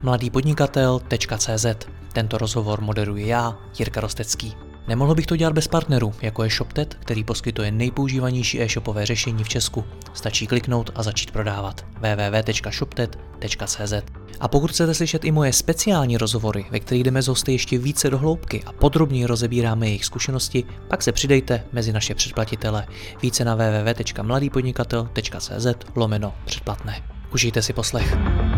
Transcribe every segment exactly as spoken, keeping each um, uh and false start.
mladýpodnikatel tečka cé zet. Tento rozhovor moderuji já, Jirka Rostecký. Nemohl bych to dělat bez partnerů, jako je ShopTet, který poskytuje nejpoužívanější e-shopové řešení v Česku. Stačí kliknout a začít prodávat. w w w tečka shoptet tečka cé zet. A pokud chcete slyšet i moje speciální rozhovory, ve kterých jdeme z hosty ještě více do hloubky a podrobněji rozebíráme jejich zkušenosti, pak se přidejte mezi naše předplatitele. Více na w w w tečka mladýpodnikatel tečka cé zet lomeno předplatné. Užijte si poslech.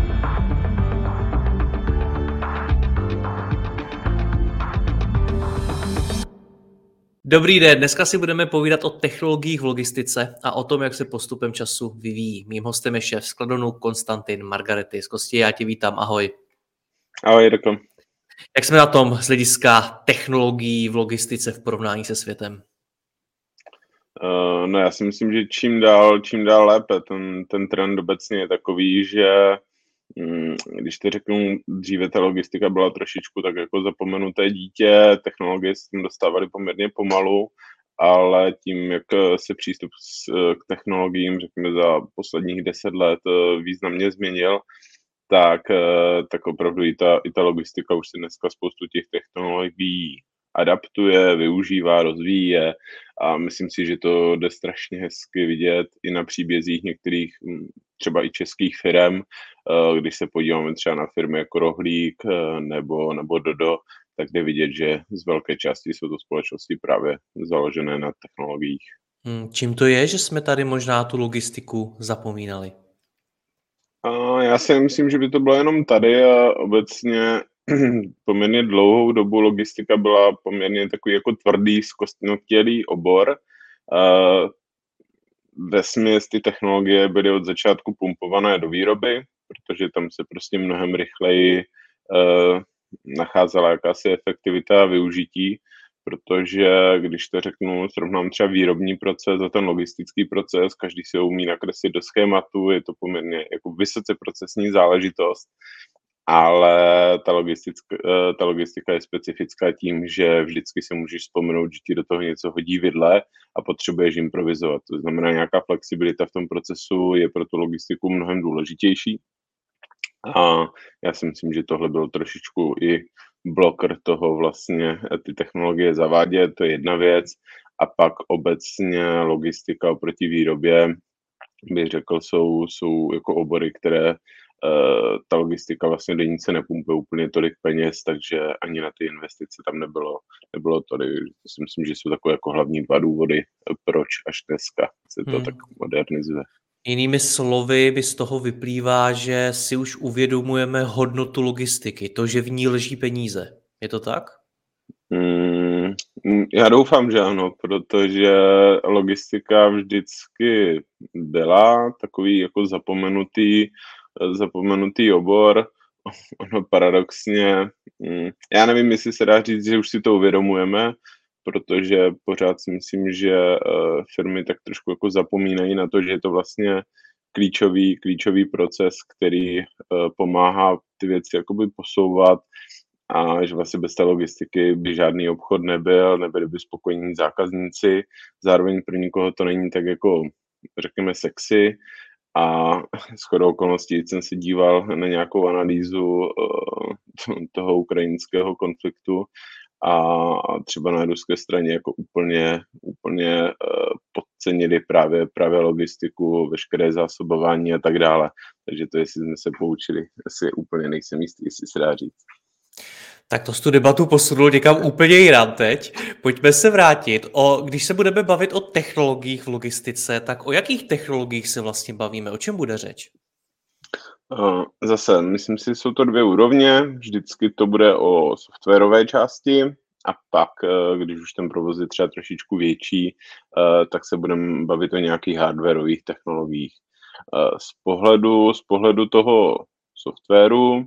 Dobrý den, dneska si budeme povídat o technologiích v logistice a o tom, jak se postupem času vyvíjí. Mým hostem je šéf skladonu Konstantin Margaretis. Kosti, já tě vítám, ahoj. Ahoj, Jirko. Jak jsme na tom z hlediska technologií v logistice v porovnání se světem? Uh, no já si myslím, že čím dál, čím dál lépe. Ten, ten trend obecně je takový, že hm, když to řeknu, dříve ta logistika byla trošičku tak jako zapomenuté dítě, technologie se tím dostávaly poměrně pomalu, ale tím, jak se přístup s, k technologiím, řekněme, za posledních deset let významně změnil, tak, tak opravdu i ta, i ta logistika už si dneska spoustu těch technologií adaptuje, využívá, rozvíje a myslím si, že to jde strašně hezky vidět i na příbězích některých třeba i českých firem, když se podíváme třeba na firmy jako Rohlík nebo, nebo Dodo, tak jde vidět, že z velké části jsou to společnosti právě založené na technologiích. Hmm, čím to je, že jsme tady možná tu logistiku zapomínali? A já si myslím, že by to bylo jenom tady a obecně poměrně dlouhou dobu logistika byla poměrně takový jako tvrdý, zkostnatělý obor. Vesměs ty technologie byly od začátku pumpované do výroby, protože tam se prostě mnohem rychleji uh, nacházela jakási efektivita a využití, protože když to řeknu, srovnám třeba výrobní proces a ten logistický proces, každý si ho umí nakreslit do schématu, je to poměrně jako vysoce procesní záležitost, ale ta logistika, ta logistika je specifická tím, že vždycky si můžeš vzpomenout, že ti do toho něco hodí vidle a potřebuješ improvizovat. To znamená, nějaká flexibilita v tom procesu je pro tu logistiku mnohem důležitější. A já si myslím, že tohle byl trošičku i bloker toho vlastně ty technologie zavádět, to je jedna věc. A pak obecně logistika oproti výrobě, bych řekl, jsou, jsou jako obory, které Uh, ta logistika vlastně do nic se nepumpuje úplně tolik peněz, takže ani na ty investice tam nebylo, nebylo tolik. To si myslím, že jsou takové jako hlavní dva důvody, proč až dneska se to hmm. tak modernizuje. Jinými slovy by z toho vyplývá, že si už uvědomujeme hodnotu logistiky, to, že v ní leží peníze. Je to tak? Hmm, já doufám, že ano, protože logistika vždycky byla takový jako zapomenutý zapomenutý obor. Ono paradoxně, já nevím, jestli se dá říct, že už si to uvědomujeme, protože pořád si myslím, že firmy tak trošku jako zapomínají na to, že je to vlastně klíčový, klíčový proces, který pomáhá ty věci jakoby posouvat a že vlastně bez té logistiky by žádný obchod nebyl, nebyli by spokojení zákazníci, zároveň pro nikoho to není tak jako, řekněme, sexy. A shodou okolností jsem se díval na nějakou analýzu uh, toho ukrajinského konfliktu a třeba na ruské straně jako úplně, úplně uh, podcenili právě, právě logistiku, veškeré zásobování a tak dále. Takže to, jestli jsme se poučili, asi úplně nejsem jistý, jestli se dá říct. Tak to jsi tu debatu posunul někam úplně jinam teď. Pojďme se vrátit. O, když se budeme bavit o technologiích v logistice, tak o jakých technologiích se vlastně bavíme? O čem bude řeč? Zase, myslím si, jsou to dvě úrovně. Vždycky to bude o softwarové části a pak, když už ten provoz je třeba trošičku větší, tak se budeme bavit o nějakých hardwarových technologiích. Z pohledu, z pohledu toho softwaru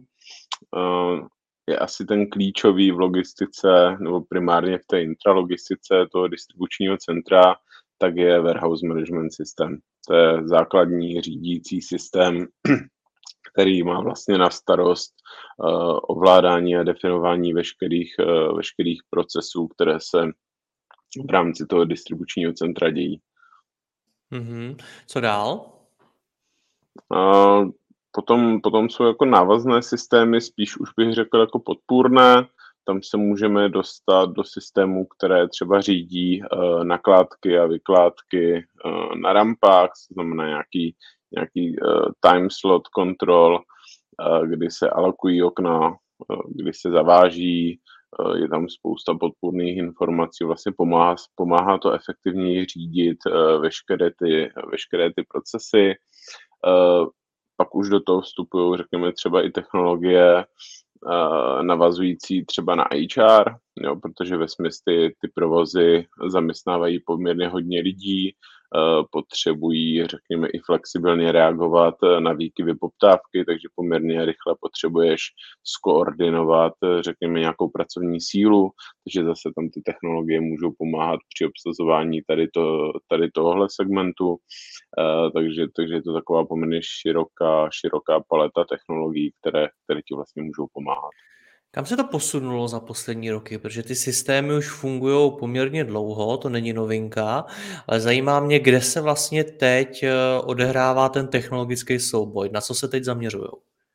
je asi ten klíčový v logistice, nebo primárně v té intralogistice toho distribučního centra, tak je warehouse management system. To je základní řídící systém, který má vlastně na starost uh, ovládání a definování veškerých, uh, veškerých procesů, které se v rámci toho distribučního centra dějí. Mm-hmm. Co dál? Uh, Potom potom jsou jako návazné systémy, spíš už bych řekl jako podpůrné. Tam se můžeme dostat do systémů, které třeba řídí, eh, nakládky a vykládky, eh, na rampách, to znamená nějaký nějaký, eh, time slot control, eh, kdy se alokují okna, eh, kdy se zaváží, eh, je tam spousta podpůrných informací, vlastně pomáhá pomáhá to efektivněji řídit, eh, veškeré ty veškeré ty procesy. Eh, Pak už do toho vstupují, řekněme, třeba i technologie, eh, navazující třeba na H R, jo, protože vesměs ty ty provozy zaměstnávají poměrně hodně lidí, eh, potřebují, řekněme, i flexibilně reagovat, eh, na výkyvy poptávky, takže poměrně rychle potřebuješ skoordinovat, eh, řekněme, nějakou pracovní sílu, takže zase tam ty technologie můžou pomáhat při obsazování tady to tady tohohle segmentu. Eh, takže takže je to taková poměrně široká široká paleta technologií, které které ti vlastně můžou pomáhat. Kam se to posunulo za poslední roky? Protože ty systémy už fungují poměrně dlouho, to není novinka, ale zajímá mě, kde se vlastně teď eh, odehrává ten technologický souboj, na co se teď zaměřují.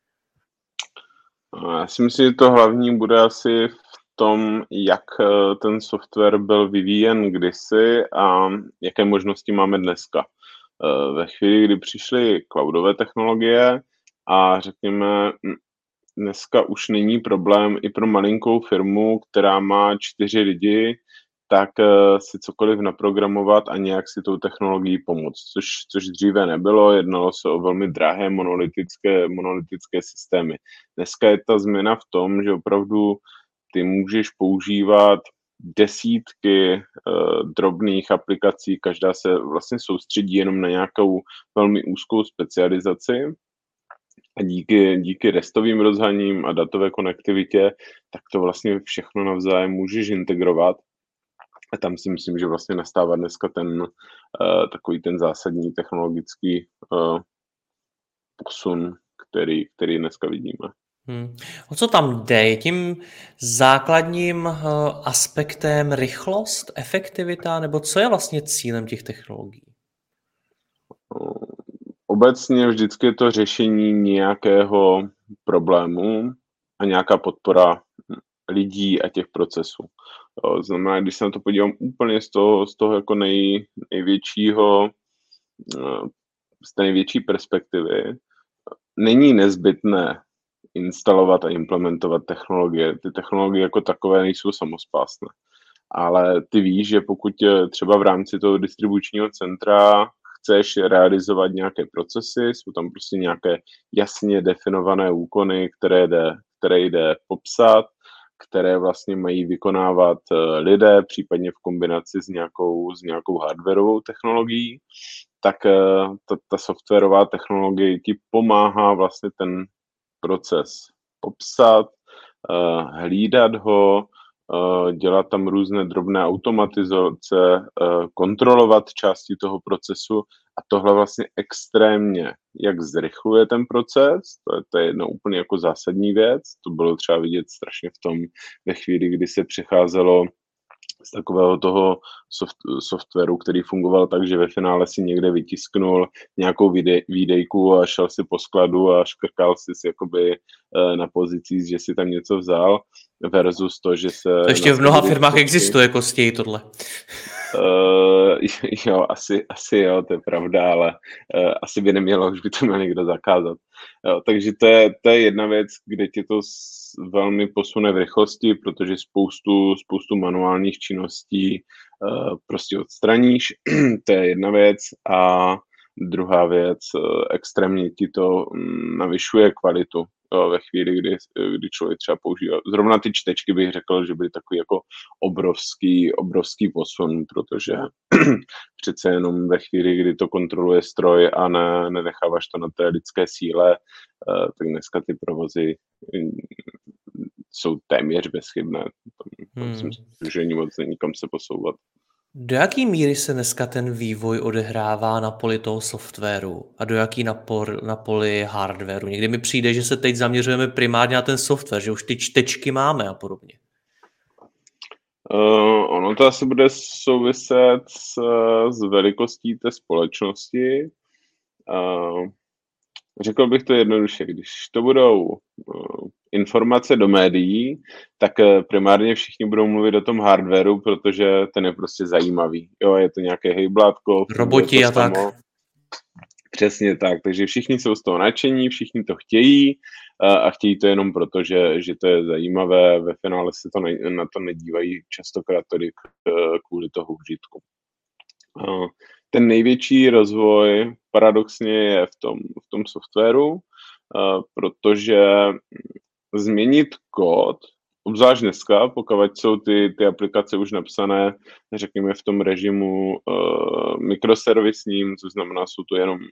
A já si myslím, že to hlavní bude asi v tom, jak, eh, ten software byl vyvíjen kdysi a jaké možnosti máme dneska. Eh, ve chvíli, kdy přišly cloudové technologie a řekněme, hm, dneska už není problém i pro malinkou firmu, která má čtyři lidi, tak, eh, si cokoliv naprogramovat a nějak si tou technologií pomoct, což což dříve nebylo, jednalo se o velmi drahé monolitické monolitické systémy. Dneska je ta změna v tom, že opravdu ty můžeš používat desítky, eh, drobných aplikací, každá se vlastně soustředí jenom na nějakou velmi úzkou specializaci a díky díky restovým rozhraním a datové konektivitě, tak to vlastně všechno navzájem můžeš integrovat. A tam si myslím, že vlastně nastává dneska ten, eh, takový ten zásadní technologický, eh, posun, který který dneska vidíme. Hmm. O co tam jde? Je tím základním eh, aspektem rychlost, efektivita, nebo co je vlastně cílem těch technologií? Eh, Obecně vždycky je to řešení nějakého problému a nějaká podpora, hm, lidí a těch procesů. Jo, znamená, když se na to podívám úplně z toho z toho jako nej největšího, eh, z té největší perspektivy, není nezbytné instalovat a implementovat technologie. Ty technologie jako takové nejsou samospásné. Ale ty víš, že pokud, eh, třeba v rámci toho distribučního centra chceš realizovat nějaké procesy, jsou tam prostě nějaké jasně definované úkony, které jde které jde popsat, které vlastně mají vykonávat, eh, lidé, případně v kombinaci s nějakou s nějakou hardwarovou technologií, tak, eh, ta ta softwarová technologie ti pomáhá vlastně ten proces popsat, eh, hlídat ho, eh, dělat tam různé drobné automatizace, eh, kontrolovat části toho procesu a tohle vlastně extrémně jak zrychluje ten proces, to je to je jedna úplně jako zásadní věc, to bylo třeba vidět strašně v tom ve chvíli, kdy se přecházelo z takového toho soft softwaru, který fungoval tak, že ve finále si někde vytisknul nějakou vide výdejku a šel si po skladu a škrkal sis jakoby, eh, na pozicích, že si tam něco vzal, versus to, že se To ještě v mnoha nasadily firmách fotky. existuje kostěji tohle. Eh, jo, asi asi jo, to je pravda, ale, eh, asi by nemělo, už by to měl někdo zakázat. Jo, takže to je to je jedna věc, kde tě to s velmi posune v rychlosti, protože spoustu spoustu manuálních činností, eh, prostě odstraníš, to je jedna věc. A druhá věc, eh, extrémně ti to, hm, navyšuje kvalitu, jo, ve chvíli, kdy s kdy člověk třeba používá zrovna ty čtečky bych řekl, že byly takový jako obrovský obrovský posun, protože přece jenom ve chvíli, kdy to kontroluje stroj a ne nenecháváš to na té lidské síle, eh, tak dneska ty provozy, hm, jsou téměř bezchybné. Tam tam si Hmm. myslím, že není moc není kam se posouvat. Do jaký míry se dneska ten vývoj odehrává na poli toho softwaru a do jaký na por na poli hardwaru? Někdy mi přijde, že se teď zaměřujeme primárně na ten software, že už ty čtečky máme a podobně. Uh, ono to asi bude souviset s s velikostí té společnosti. Uh, Řekl bych to jednoduše, když to budou uh, informace do médií, tak uh, primárně všichni budou mluvit o tom hardwaru, protože ten je prostě zajímavý. Jo, je to nějaké hejblátko, funguje to Roboti a tak. samo. Přesně tak, takže všichni jsou z toho nadšení, všichni to chtějí a, a chtějí to jenom proto, že, že to je zajímavé, ve finále se to ne, na to nedívají častokrát tolik kvůli toho užitku. A ten největší rozvoj paradoxně je v tom, v tom softwaru, a, protože změnit kód, obzvlášť dneska, pokud jsou ty, ty aplikace už napsané, řekněme, v tom režimu uh, mikroservisním, což znamená, jsou to jenom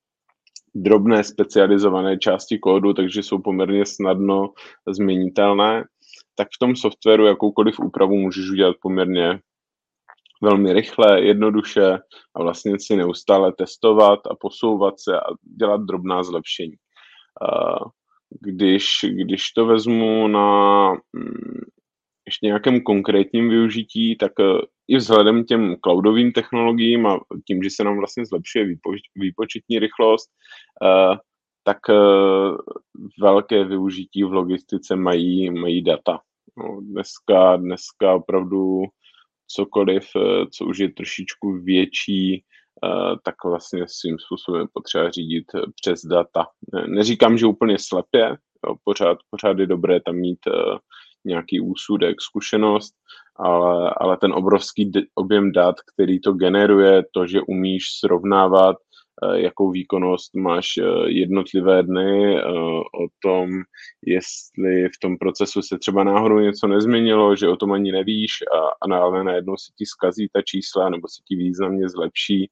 drobné specializované části kódu, takže jsou poměrně snadno změnitelné, tak v tom softwaru jakoukoliv úpravu můžeš udělat poměrně velmi rychle, jednoduše a vlastně si neustále testovat a posouvat se a dělat drobná zlepšení. Uh, Když, když to vezmu na mm, ještě nějakém konkrétním využití, tak uh, i vzhledem k těm cloudovým technologiím a tím, že se nám vlastně zlepšuje výpoč- výpočetní rychlost, uh, tak uh, velké využití v logistice mají, mají data. No, dneska, dneska opravdu cokoliv, uh, co už je trošičku větší, Uh, tak vlastně svým způsobem potřeba řídit přes data. Ne, neříkám, že úplně slepě, jo, pořád, pořád je dobré tam mít uh, nějaký úsudek, zkušenost, ale, ale ten obrovský d- objem dat, který to generuje, to, že umíš srovnávat, uh, jakou výkonnost máš uh, jednotlivé dny, uh, o tom, jestli v tom procesu se třeba náhodou něco nezměnilo, že o tom ani nevíš a, a náhle najednou se ti zkazí ta čísla nebo se ti významně zlepší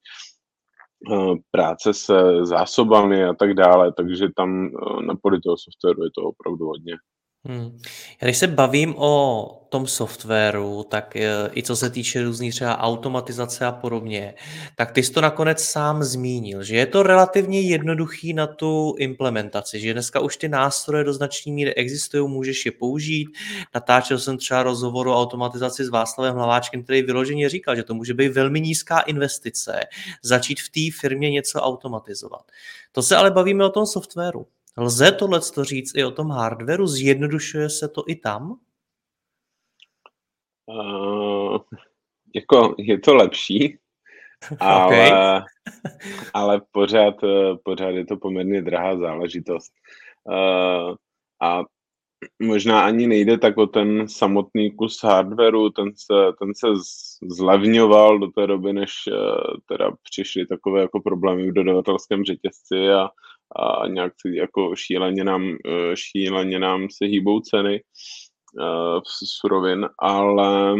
uh, práce se zásobami a tak dále, takže tam uh, na poli toho softwaru je to opravdu hodně. Hmm. Já když se bavím o tom softwaru, tak e, i co se týče různých třeba automatizace a podobně, tak ty jsi to nakonec sám zmínil, že je to relativně jednoduchý na tu implementaci, že dneska už ty nástroje do značné míry existují, můžeš je použít. Natáčel jsem třeba rozhovor o automatizaci s Václavem Hlaváčkem, který vyloženě říkal, že to může být velmi nízká investice, začít v té firmě něco automatizovat. To se ale bavíme o tom softwaru. Lze tohleto říct i o tom hardwaru? Zjednodušuje se to i tam? Uh, jako je to lepší, ale, Okay. ale pořád, pořád je to poměrně drahá záležitost. Uh, a možná ani nejde tak o ten samotný kus hardwaru, ten se, ten se zlevňoval do té doby, než uh, teda přišly takové jako problémy v dodavatelském řetězci a, a nějak jako šíleně nám, šíleně nám se hýbou ceny uh, surovin, ale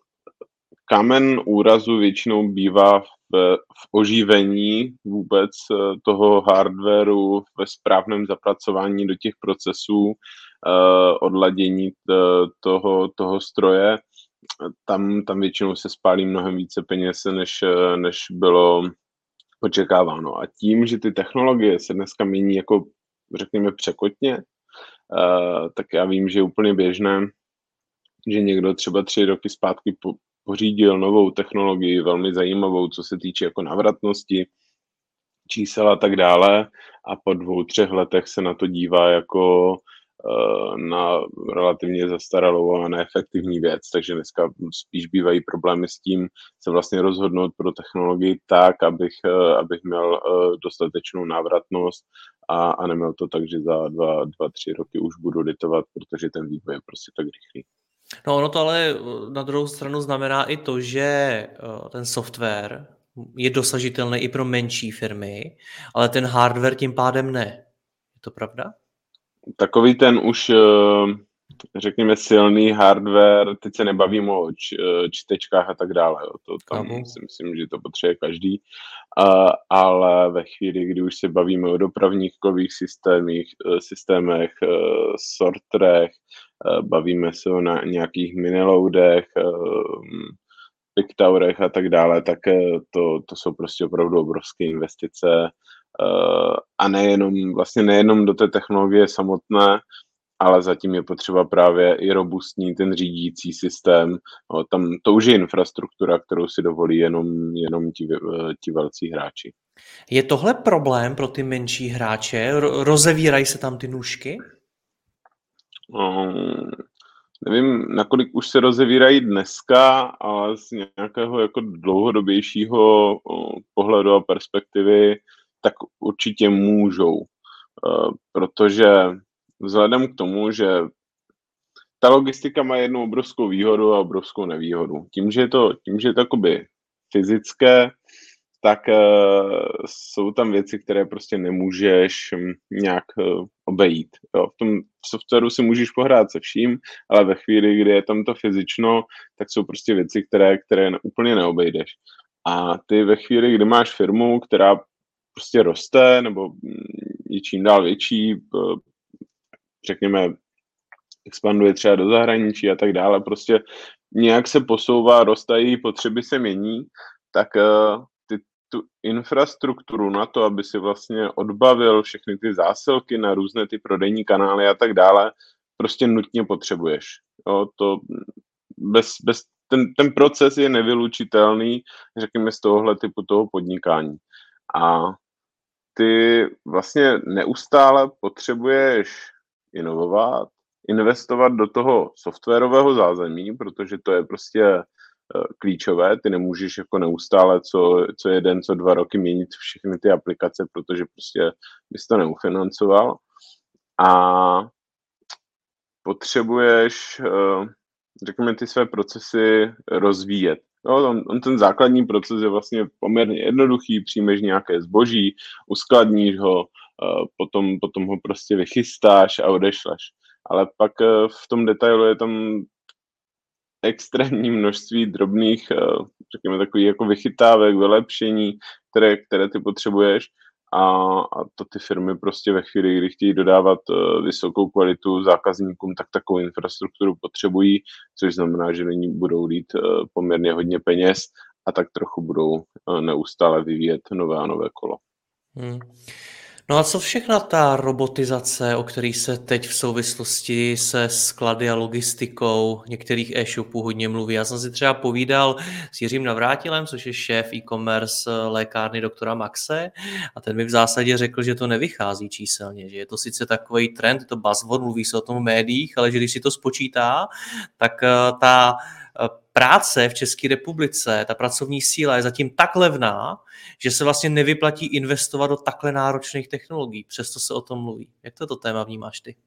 kámen úrazu většinou bývá v, v oživení vůbec toho hardwaru, ve správném zapracování do těch procesů, uh, odladění t, toho, toho stroje. Tam, tam většinou se spálí mnohem více peněz, než, než bylo očekáváno. A tím, že ty technologie se dneska mění jako, řekněme, překotně, uh, tak já vím, že je úplně běžné, že někdo třeba tři roky zpátky po, pořídil novou technologii, velmi zajímavou, co se týče jako návratnosti, čísel a tak dále, a po dvou, třech letech se na to dívá jako uh, na relativně zastaralou a neefektivní věc, takže dneska spíš bývají problémy s tím se vlastně rozhodnout pro technologii tak, abych, uh, abych měl uh, dostatečnou návratnost a, a neměl to tak, že za dva, dva, tři roky už budu litovat, protože ten vývoj je prostě tak rychlý. No ono to ale na druhou stranu znamená i to, že ten software je dosažitelný i pro menší firmy, ale ten hardware tím pádem ne. Je to pravda? Takový ten už, řekněme, silný hardware, teď se nebavím o čtečkách a tak dále, jo. To tam Kámu. si myslím, že to potřebuje každý, a, ale ve chvíli, kdy už se bavíme o dopravních kových systémech, systémech, sorterech, bavíme se o na nějakých miniloadech, picktowerech a tak dále, tak to, to jsou prostě opravdu obrovské investice, a nejenom, vlastně nejenom do té technologie samotné, ale zatím je potřeba právě i robustní ten řídící systém. No, tam to už je infrastruktura, kterou si dovolí jenom, jenom ti, ti velcí hráči. Je tohle problém pro ty menší hráče? Ro- rozevírají se tam ty nůžky? Um, nevím, nakolik už se rozevírají dneska, ale z nějakého jako dlouhodobějšího o, pohledu a perspektivy, tak určitě můžou. Uh, protože vzhledem k tomu, že ta logistika má jednu obrovskou výhodu a obrovskou nevýhodu. Tím, že je to, tím, že je to jakoby fyzické, tak uh, jsou tam věci, které prostě nemůžeš um, nějak uh, obejít. Jo. V tom softwaru si můžeš pohrát se vším, ale ve chvíli, kdy je tam to fyzično, tak jsou prostě věci, které, které ne, úplně neobejdeš. A ty ve chvíli, kdy máš firmu, která prostě roste, nebo je čím dál větší, uh, řekněme, expanduje třeba do zahraničí a tak dále, prostě nějak se posouvá, roste, její potřeby se mění, tak uh, ty tu infrastrukturu na to, aby si vlastně odbavil všechny ty zásilky na různé ty prodejní kanály a tak dále, prostě nutně potřebuješ. Jo, to bez, bez, ten, ten proces je nevylučitelný, řekněme, z tohohle typu toho podnikání. A ty vlastně neustále potřebuješ inovovat, investovat do toho softwarového zázemí, protože to je prostě uh, klíčové. Ty nemůžeš jako neustále co, co jeden, co dva roky měnit všechny ty aplikace, protože prostě bys to neufinancoval. A potřebuješ, uh, řekněme, ty své procesy rozvíjet. Jo, on, on ten základní proces je vlastně poměrně jednoduchý, přijmeš nějaké zboží, uskladníš ho, uh, potom, potom ho prostě vychystáš a odešleš. Ale pak uh, v tom detailu je tam extrémní množství drobných, uh, řekněme, takových jako vychytávek, vylepšení, které, které ty potřebuješ. A, a to ty firmy prostě ve chvíli, kdy chtějí dodávat uh, vysokou kvalitu zákazníkům, tak takovou infrastrukturu potřebují, což znamená, že nyní budou lít uh, poměrně hodně peněz a tak trochu budou uh, neustále vyvíjet nové a nové kolo. Hmm. No a co všechna ta robotizace, o který se teď v souvislosti se sklady a logistikou některých e-shopů hodně mluví. Já jsem si třeba povídal s Jiřím Navrátilem, což je šéf e-commerce lékárny doktora Maxe, a ten mi v zásadě řekl, že to nevychází číselně, že je to sice takový trend, to buzzword, mluví se o tom v médiích, ale že když si to spočítá, tak ta práce v České republice, ta pracovní síla je zatím tak levná, že se vlastně nevyplatí investovat do takhle náročných technologií. Přesto se o tom mluví. Jak to to téma vnímáš ty?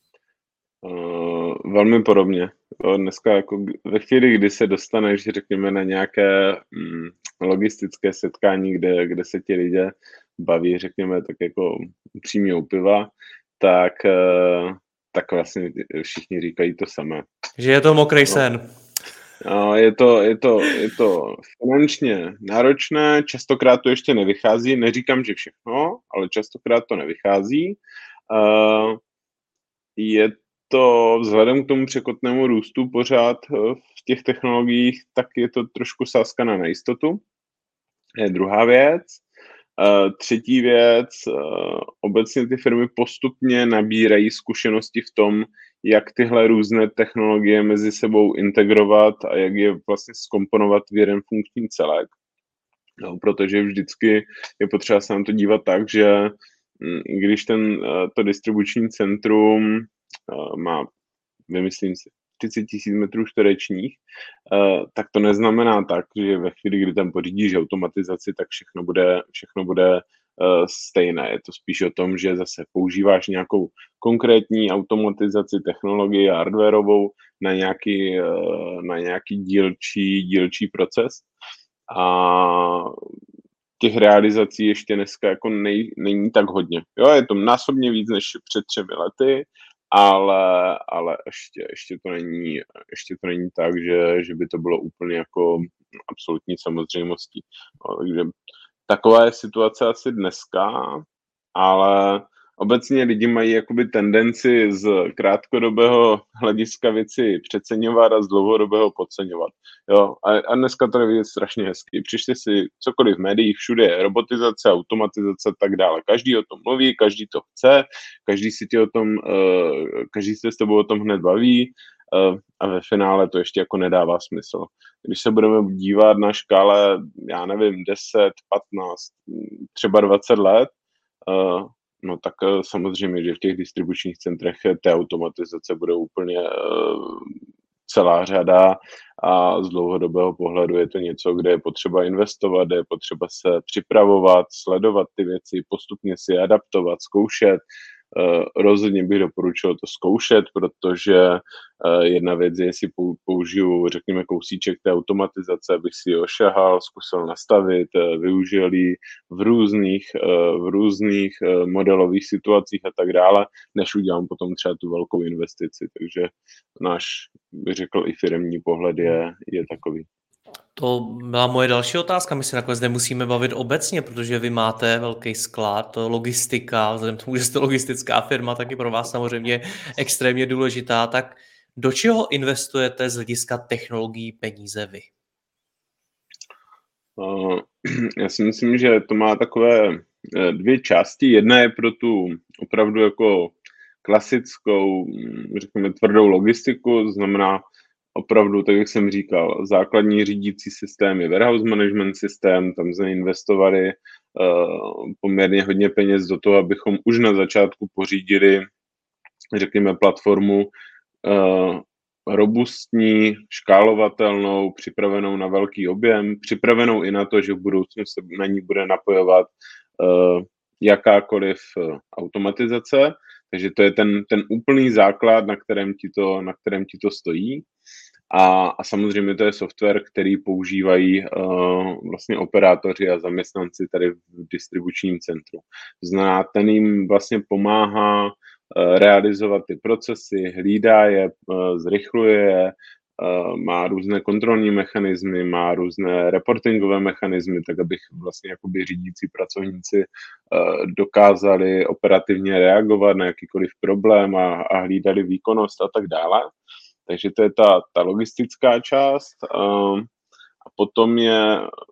Uh, velmi podobně. Dneska jako ve chvíli, kdy se dostaneš, řekněme, na nějaké mm, logistické setkání, kde, kde se ti lidé baví, řekněme, tak jako upřímně u piva, tak, uh, tak vlastně všichni říkají to samé. Že je to mokrý no. sen. No, je, to, je, to, je to finančně náročné, častokrát to ještě nevychází, neříkám, že všechno, ale častokrát to nevychází. Uh, je to vzhledem k tomu překotnému růstu pořád v těch technologiích, tak je to trošku sázka na nejistotu. Je druhá věc. Uh, třetí věc, uh, obecně ty firmy postupně nabírají zkušenosti v tom, jak tyhle různé technologie mezi sebou integrovat a jak je vlastně zkomponovat v jeden funkční celek. No, protože vždycky je potřeba se na to dívat tak, že když ten, to distribuční centrum má, vymyslím si, třicet tisíc metrů čtverečních, tak to neznamená tak, že ve chvíli, kdy tam pořídíš automatizaci, tak všechno bude, všechno bude stejné. Je to spíš o tom, že zase používáš nějakou konkrétní automatizaci, technologii hardwarovou na nějaký, na nějaký dílčí, dílčí proces. A těch realizací ještě dneska jako nej, není tak hodně. Jo, je to násobně víc než před třemi lety, ale, ale ještě, ještě, to není, ještě to není tak, že, že by to bylo úplně jako absolutní samozřejmostí. No, takže taková je situace asi dneska, ale obecně lidi mají jakoby tendenci z krátkodobého hlediska věci přeceňovat a z dlouhodobého podceňovat. Jo? A, a dneska to je vidět strašně hezky. Přišli si cokoliv v médiích, všude je robotizace, automatizace a tak dále. Každý o tom mluví, každý to chce, každý si tě o tom, uh, každý se s tebou o tom hned baví a ve finále to ještě jako nedává smysl. Když se budeme dívat na škále, já nevím, deset, patnáct, třeba dvacet let, no tak samozřejmě, že v těch distribučních centrech té automatizace bude úplně celá řada a z dlouhodobého pohledu je to něco, kde je potřeba investovat, kde je potřeba se připravovat, sledovat ty věci, postupně si adaptovat, zkoušet. Rozhodně bych doporučil to zkoušet, protože jedna věc je, jestli použiju, řekněme, kousíček té automatizace, abych si ji ošahal, zkusil nastavit, využil ji v různých, v různých modelových situacích a tak dále, než udělám potom třeba tu velkou investici. Takže náš, bych řekl, i firemní pohled je, je takový. To byla moje další otázka. My se nakonec nemusíme bavit obecně, protože vy máte velký sklad, logistika, vzhledem k tomu, že jste logistická firma, tak je pro vás samozřejmě extrémně důležitá. Tak do čeho investujete z hlediska technologií peníze vy? Já si myslím, že to má takové dvě části. Jedna je pro tu opravdu jako klasickou, řekněme, tvrdou logistiku, to znamená opravdu, tak jak jsem říkal, základní řídící systém je warehouse management systém, tam jsme investovali uh, poměrně hodně peněz do toho, abychom už na začátku pořídili, řekněme, platformu uh, robustní, škálovatelnou, připravenou na velký objem, připravenou i na to, že v budoucnu se na ní bude napojovat uh, jakákoliv uh, automatizace. Takže to je ten, ten úplný základ, na kterém ti to, na kterém ti to stojí. A, a samozřejmě to je software, který používají uh, vlastně operátoři a zaměstnanci tady v distribučním centru. Znamená, ten jim vlastně pomáhá uh, realizovat ty procesy, hlídá je, uh, zrychluje je, uh, má různé kontrolní mechanismy, má různé reportingové mechanismy, tak abych vlastně jakoby řídící pracovníci uh, dokázali operativně reagovat na jakýkoliv problém a, a hlídali výkonnost a tak dále. Takže to je ta, ta logistická část uh, a potom je,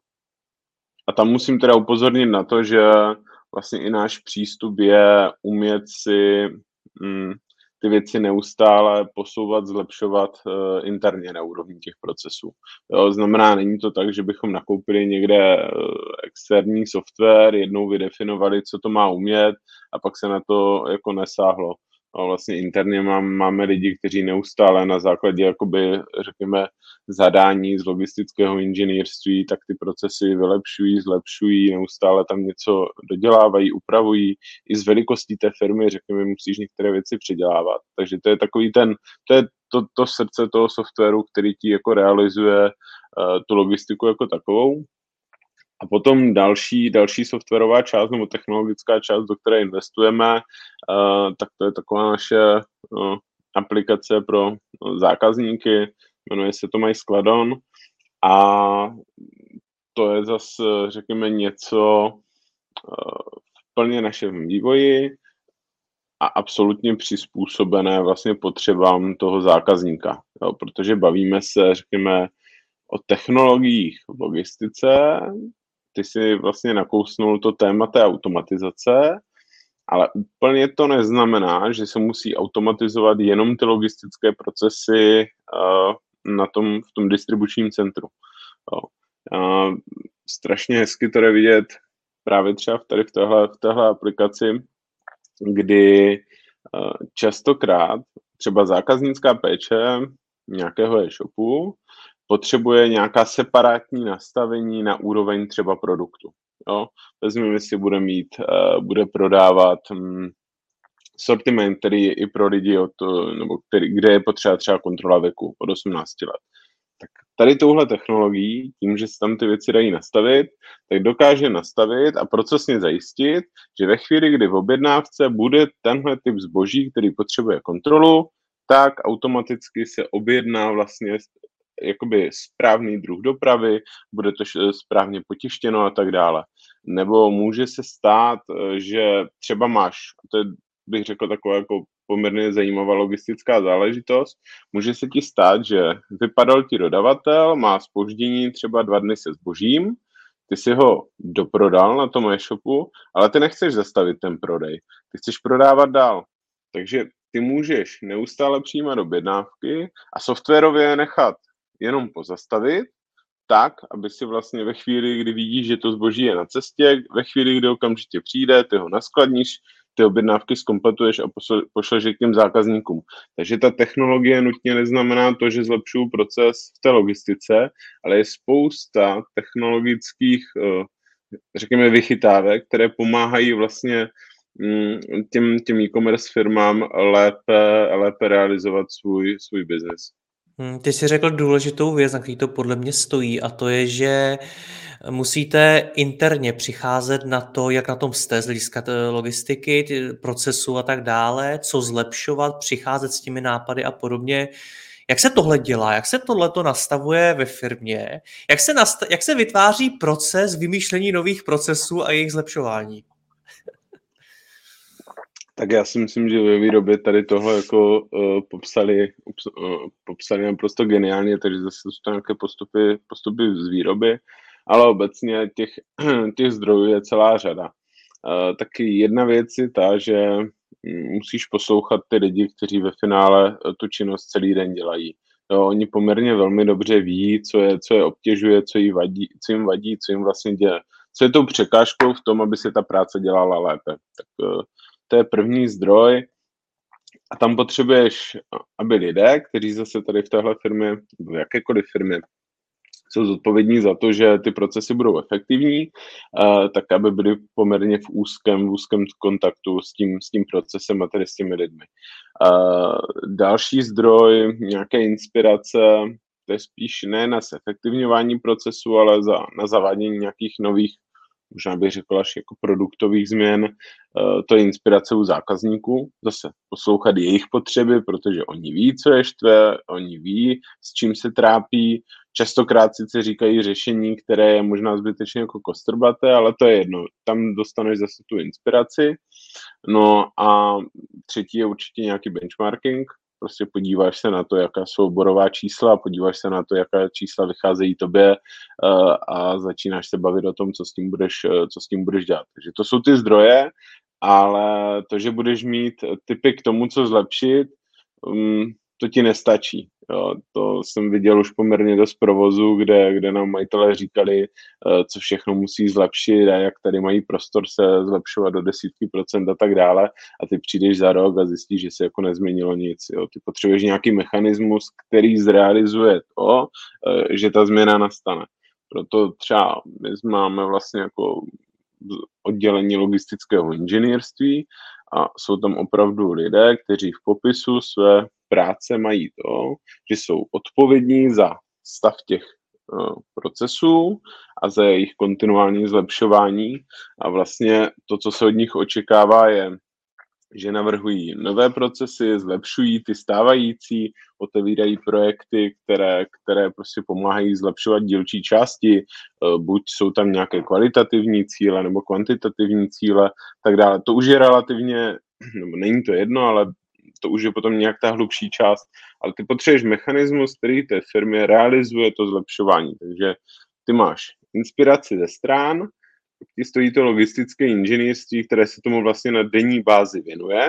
a tam musím teda upozornit na to, že vlastně i náš přístup je umět si mm, ty věci neustále posouvat, zlepšovat uh, interně na úrovni těch procesů. Jo, znamená, není to tak, že bychom nakoupili někde uh, externí software, jednou vydefinovali, co to má umět a pak se na to jako nesáhlo. A vlastně interně mám, máme lidi, kteří neustále na základě, jakoby, řekněme, zadání z logistického inženýrství, tak ty procesy vylepšují, zlepšují, neustále tam něco dodělávají, upravují. I z velikostí té firmy, řekněme, musíš některé věci předělávat. Takže to je takový ten, to je to, to srdce toho softwaru, který ti jako realizuje uh, tu logistiku jako takovou. A potom další, další softwarová část nebo technologická část, do které investujeme, uh, tak to je taková naše uh, aplikace pro uh, zákazníky, jmenuje se to MySkladon a to je zase, řekněme, něco uh, v plně našem vývoji a absolutně přizpůsobené vlastně potřebám toho zákazníka, jo, protože bavíme se, řekněme, o technologiích v logistice. Ty si vlastně nakousnul to téma té automatizace, ale úplně to neznamená, že se musí automatizovat jenom ty logistické procesy uh, na tom, v tom distribučním centru. Jo. Uh, strašně hezky to je vidět právě třeba tady v téhle, v téhle aplikaci, kdy uh, častokrát třeba zákaznická péče nějakého e-shopu potřebuje nějaká separátní nastavení na úroveň třeba produktu. Jo? Vezměme si, bude mít, uh, bude prodávat um, sortiment, který je i pro lidi, od, nebo který, kde je potřeba třeba kontrola věku od osmnácti let. Tak tady touhle technologií, tím, že se tam ty věci dají nastavit, tak dokáže nastavit a procesně zajistit, že ve chvíli, kdy v objednávce bude tenhle typ zboží, který potřebuje kontrolu, tak automaticky se objedná vlastně jakoby správný druh dopravy, bude to správně potištěno a tak dále. Nebo může se stát, že třeba máš, to je, bych řekl, taková jako poměrně zajímavá logistická záležitost, může se ti stát, že vypadal ti dodavatel, má zpoždění třeba dva dny se zbožím, ty si ho doprodal na tom e-shopu, ale ty nechceš zastavit ten prodej, ty chceš prodávat dál. Takže ty můžeš neustále přijímat objednávky a softwarově nechat jenom pozastavit, tak, aby si vlastně ve chvíli, kdy vidíš, že to zboží je na cestě, ve chvíli, kdy okamžitě přijde, ty ho naskladníš, ty objednávky zkompletuješ a pošleš je k těm zákazníkům. Takže ta technologie nutně neznamená to, že zlepšují proces v té logistice, ale je spousta technologických, řekněme, vychytávek, které pomáhají vlastně těm, těm e-commerce firmám lépe, lépe realizovat svůj, svůj biznes. Hmm, ty jsi řekl důležitou věc, na který to podle mě stojí, a to je, že musíte interně přicházet na to, jak na tom jste z hlediska logistiky, procesu a tak dále, co zlepšovat, přicházet s těmi nápady a podobně. Jak se tohle dělá? Jak se tohleto nastavuje ve firmě? Jak se, nastav, jak se vytváří proces vymýšlení nových procesů a jejich zlepšování? Tak já si myslím, že ve výrobě tady tohle jako uh, popsali, uh, popsali naprosto geniálně, takže zase jsou to nějaké postupy, postupy z výroby, ale obecně těch, těch zdrojů je celá řada. Uh, taky jedna věc je ta, že musíš poslouchat ty lidi, kteří ve finále tu činnost celý den dělají. Jo, oni poměrně velmi dobře ví, co je, co je obtěžuje, co, jí vadí, co jim vadí, co jim vlastně děje. Co je tou překážkou v tom, aby se ta práce dělala lépe. Tak uh, to je první zdroj a tam potřebuješ, aby lidé, kteří zase tady v téhle firmě, v jakékoliv firmě, jsou zodpovědní za to, že ty procesy budou efektivní, tak aby byli poměrně v úzkém, v úzkém kontaktu s tím, s tím procesem a tedy s těmi lidmi. Další zdroj, nějaké inspirace, to je spíš ne na zefektivňování procesu, ale za, na zavádění nějakých nových, možná bych řekl až jako produktových změn, to je inspirace u zákazníků, zase poslouchat jejich potřeby, protože oni ví, co je štve, oni ví, s čím se trápí, častokrát sice říkají řešení, které je možná zbytečně jako kostrbaté, ale to je jedno, tam dostaneš zase tu inspiraci. No a třetí je určitě nějaký benchmarking, prostě podíváš se na to, jaká jsou oborová čísla, podíváš se na to, jaká čísla vycházejí tobě a začínáš se bavit o tom, co s tím budeš, co s tím budeš dělat. Takže to jsou ty zdroje, ale to, že budeš mít tipy k tomu, co zlepšit, to ti nestačí. Jo, to jsem viděl už poměrně dost provozu, kde, kde nám majitelé říkali, co všechno musí zlepšit a jak tady mají prostor se zlepšovat do desítky procent a tak dále. A ty přijdeš za rok a zjistíš, že se jako nezměnilo nic. Jo. Ty potřebuješ nějaký mechanismus, který zrealizuje to, že ta změna nastane. Proto třeba my máme vlastně jako oddělení logistického inženýrství a jsou tam opravdu lidé, kteří v popisu své práce mají to, že jsou odpovědní za stav těch uh, procesů a za jejich kontinuální zlepšování a vlastně to, co se od nich očekává, je, že navrhují nové procesy, zlepšují ty stávající, otevírají projekty, které, které prostě pomáhají zlepšovat dílčí části, buď jsou tam nějaké kvalitativní cíle nebo kvantitativní cíle, tak dále. To už je relativně, nebo není to jedno, ale to už je potom nějak ta hlubší část, ale ty potřebuješ mechanismus, který té firmě realizuje to zlepšování. Takže ty máš inspiraci ze strán, ty stojí to logistické inženýrství, které se tomu vlastně na denní bázi věnuje.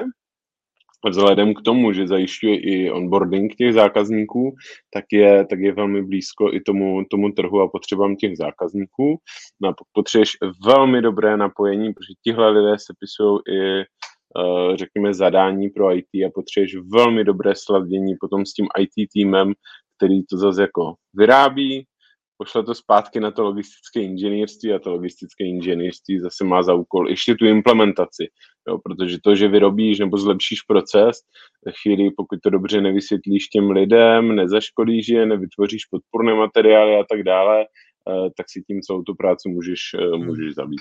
Vzhledem k tomu, že zajišťuje i onboarding těch zákazníků, tak je, tak je velmi blízko i tomu, tomu trhu a potřebám těch zákazníků. No a potřebuješ velmi dobré napojení, protože tihle lidé sepisují i řekněme zadání pro í té a potřebuješ velmi dobré sladění potom s tím í té týmem, který to zase jako vyrábí, pošle to zpátky na to logistické inženýrství a to logistické inženýrství zase má za úkol ještě tu implementaci, jo, protože to, že vyrobíš nebo zlepšíš proces, ve chvíli, pokud to dobře nevysvětlíš těm lidem, nezaškolíš je, nevytvoříš podpůrné materiály a tak dále, tak si tím celou tu práci můžeš, můžeš zabít.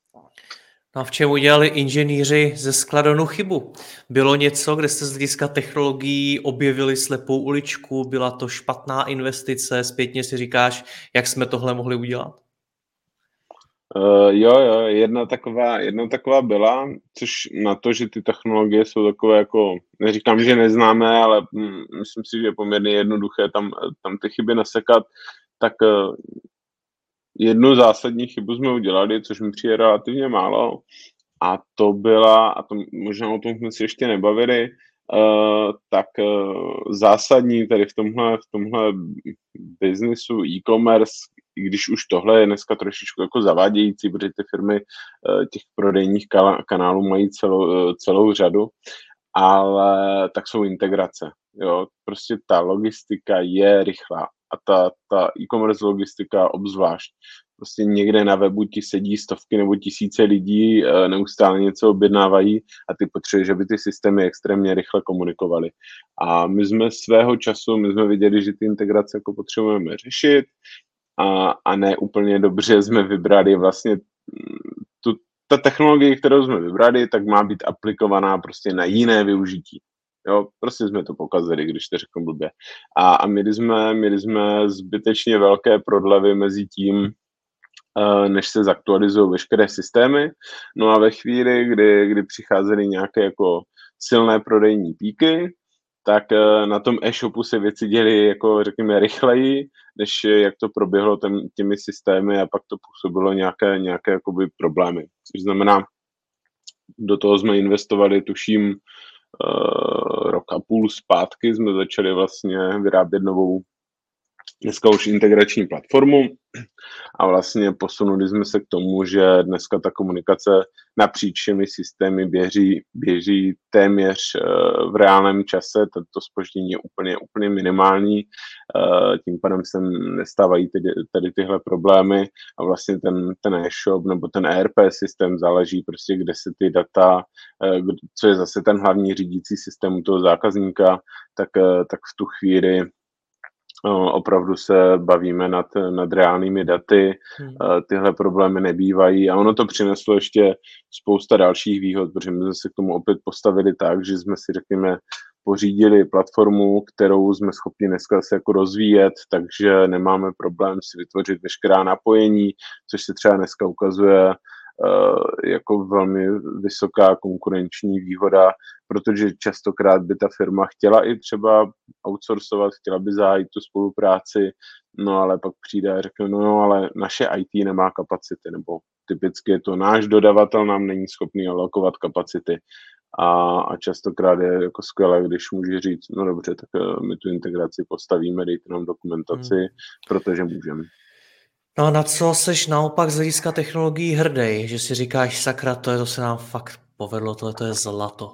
No a v čem udělali inženýři ze Skladonu chybu? Bylo něco, kde jste z hlediska technologií objevili slepou uličku, byla to špatná investice, zpětně si říkáš, jak jsme tohle mohli udělat? Uh, jo, jo, jedna taková, jedna taková byla, což na to, že ty technologie jsou takové jako, neříkám, že neznámé, ale hm, myslím si, že je poměrně jednoduché tam, tam ty chyby nasekat, tak uh, jednu zásadní chybu jsme udělali, což mi přijde relativně málo, a to byla, a to možná o tom jsme si ještě nebavili, tak zásadní tady v tomhle, v tomhle biznisu e-commerce, i když už tohle je dneska trošičku jako zavádějící, protože ty firmy těch prodejních kanálů mají celou, celou řadu, ale tak jsou integrace. Jo? Prostě ta logistika je rychlá a ta, ta e-commerce logistika obzvlášť. Prostě někde na webu ti sedí stovky nebo tisíce lidí, neustále něco objednávají a ty potřebuješ, aby ty systémy extrémně rychle komunikovaly. A my jsme svého času, my jsme viděli, že ty integrace jako potřebujeme řešit a, a ne úplně dobře jsme vybrali vlastně tu, ta technologie, kterou jsme vybrali, tak má být aplikovaná prostě na jiné využití. Jo, prostě jsme to pokazili, když to řeknu blbě. A, a měli jsme, měli jsme zbytečně velké prodlevy mezi tím, než se zaktualizují veškeré systémy. No a ve chvíli, kdy, kdy přicházely nějaké jako silné prodejní píky, tak na tom e-shopu se věci děly jako řekněme rychleji, než jak to proběhlo těm, těmi systémy a pak to působilo nějaké, nějaké jakoby problémy. Což znamená, do toho jsme investovali, tuším, uh, rok a půl zpátky jsme začali vlastně vyrábět novou dneska už integrační platformu a vlastně posunuli jsme se k tomu, že dneska ta komunikace napříč všemi systémy běží, běží téměř v reálném čase, to zpoždění je úplně, úplně minimální, tím pádem se nestávají tady, tady tyhle problémy a vlastně ten, ten e-shop nebo ten E R P systém záleží prostě, kde se ty data, co je zase ten hlavní řídící systém toho zákazníka, tak, tak v tu chvíli opravdu se bavíme nad, nad reálnými daty, hmm. tyhle problémy nebývají a ono to přineslo ještě spousta dalších výhod, protože my jsme se k tomu opět postavili tak, že jsme si řekněme pořídili platformu, kterou jsme schopni dneska se jako rozvíjet, takže nemáme problém si vytvořit veškerá napojení, což se třeba dneska ukazuje jako velmi vysoká konkurenční výhoda, protože častokrát by ta firma chtěla i třeba outsourcovat, chtěla by zahájit tu spolupráci, no ale pak přijde a řekne, no jo, ale naše í té nemá kapacity, nebo typicky je to náš dodavatel nám není schopný alokovat kapacity. A, a častokrát je jako skvělé, když může říct, no dobře, tak my tu integraci postavíme, dejte nám dokumentaci, hmm. protože můžeme. No a na co seš naopak z hlediska technologií hrdej, že si říkáš, sakra, to, je, to se nám fakt povedlo, tohle to je zlato.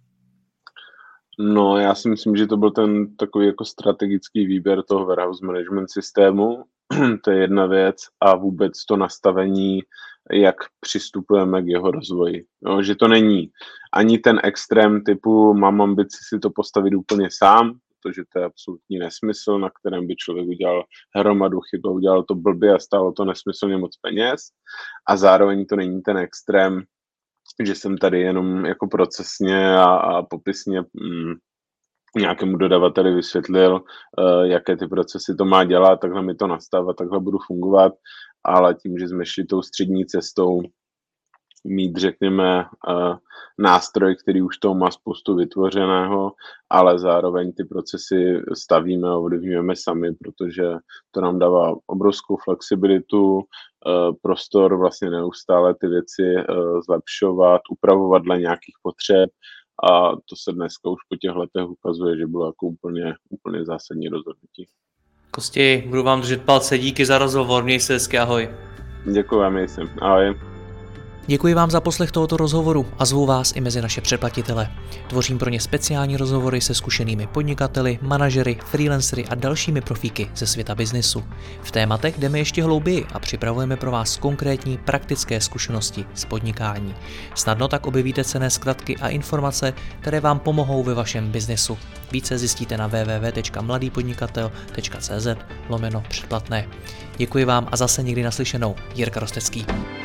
No já si myslím, že to byl ten takový jako strategický výběr toho warehouse management systému, to je jedna věc a vůbec to nastavení, jak přistupujeme k jeho rozvoji. No, že to není ani ten extrém typu mám ambici si to postavit úplně sám, protože to je absolutní nesmysl, na kterém by člověk udělal hromadu chyb a udělal to blbě a stálo to nesmyslně moc peněz. A zároveň to není ten extrém, že jsem tady jenom jako procesně a, a popisně mm, nějakému dodavateli vysvětlil, uh, jaké ty procesy to má dělat, takhle mi to nastav a takhle budu fungovat, ale tím, že jsme šli tou střední cestou, mít, řekněme, nástroj, který už toho má spoustu vytvořeného, ale zároveň ty procesy stavíme a ovlivňujeme sami, protože to nám dává obrovskou flexibilitu, prostor vlastně neustále ty věci zlepšovat, upravovat dle nějakých potřeb a to se dneska už po těch letech ukazuje, že bylo jako úplně, úplně zásadní rozhodnutí. Kosti, budu vám držet palce, díky za rozhovor, měj se hezky, ahoj. Děkuji, měj se, ahoj. Děkuji vám za poslech tohoto rozhovoru a zvu vás i mezi naše předplatitele. Tvořím pro ně speciální rozhovory se zkušenými podnikateli, manažery, freelancery a dalšími profíky ze světa biznisu. V tématech jdeme ještě hlouběji a připravujeme pro vás konkrétní praktické zkušenosti z podnikání. Snadno tak objevíte cenné zkratky a informace, které vám pomohou ve vašem biznisu. Více zjistíte na w w w tečka mladýpodnikatel tečka c z lomeno předplatné. Děkuji vám a zase někdy naslyšenou. Jirka Rostecký.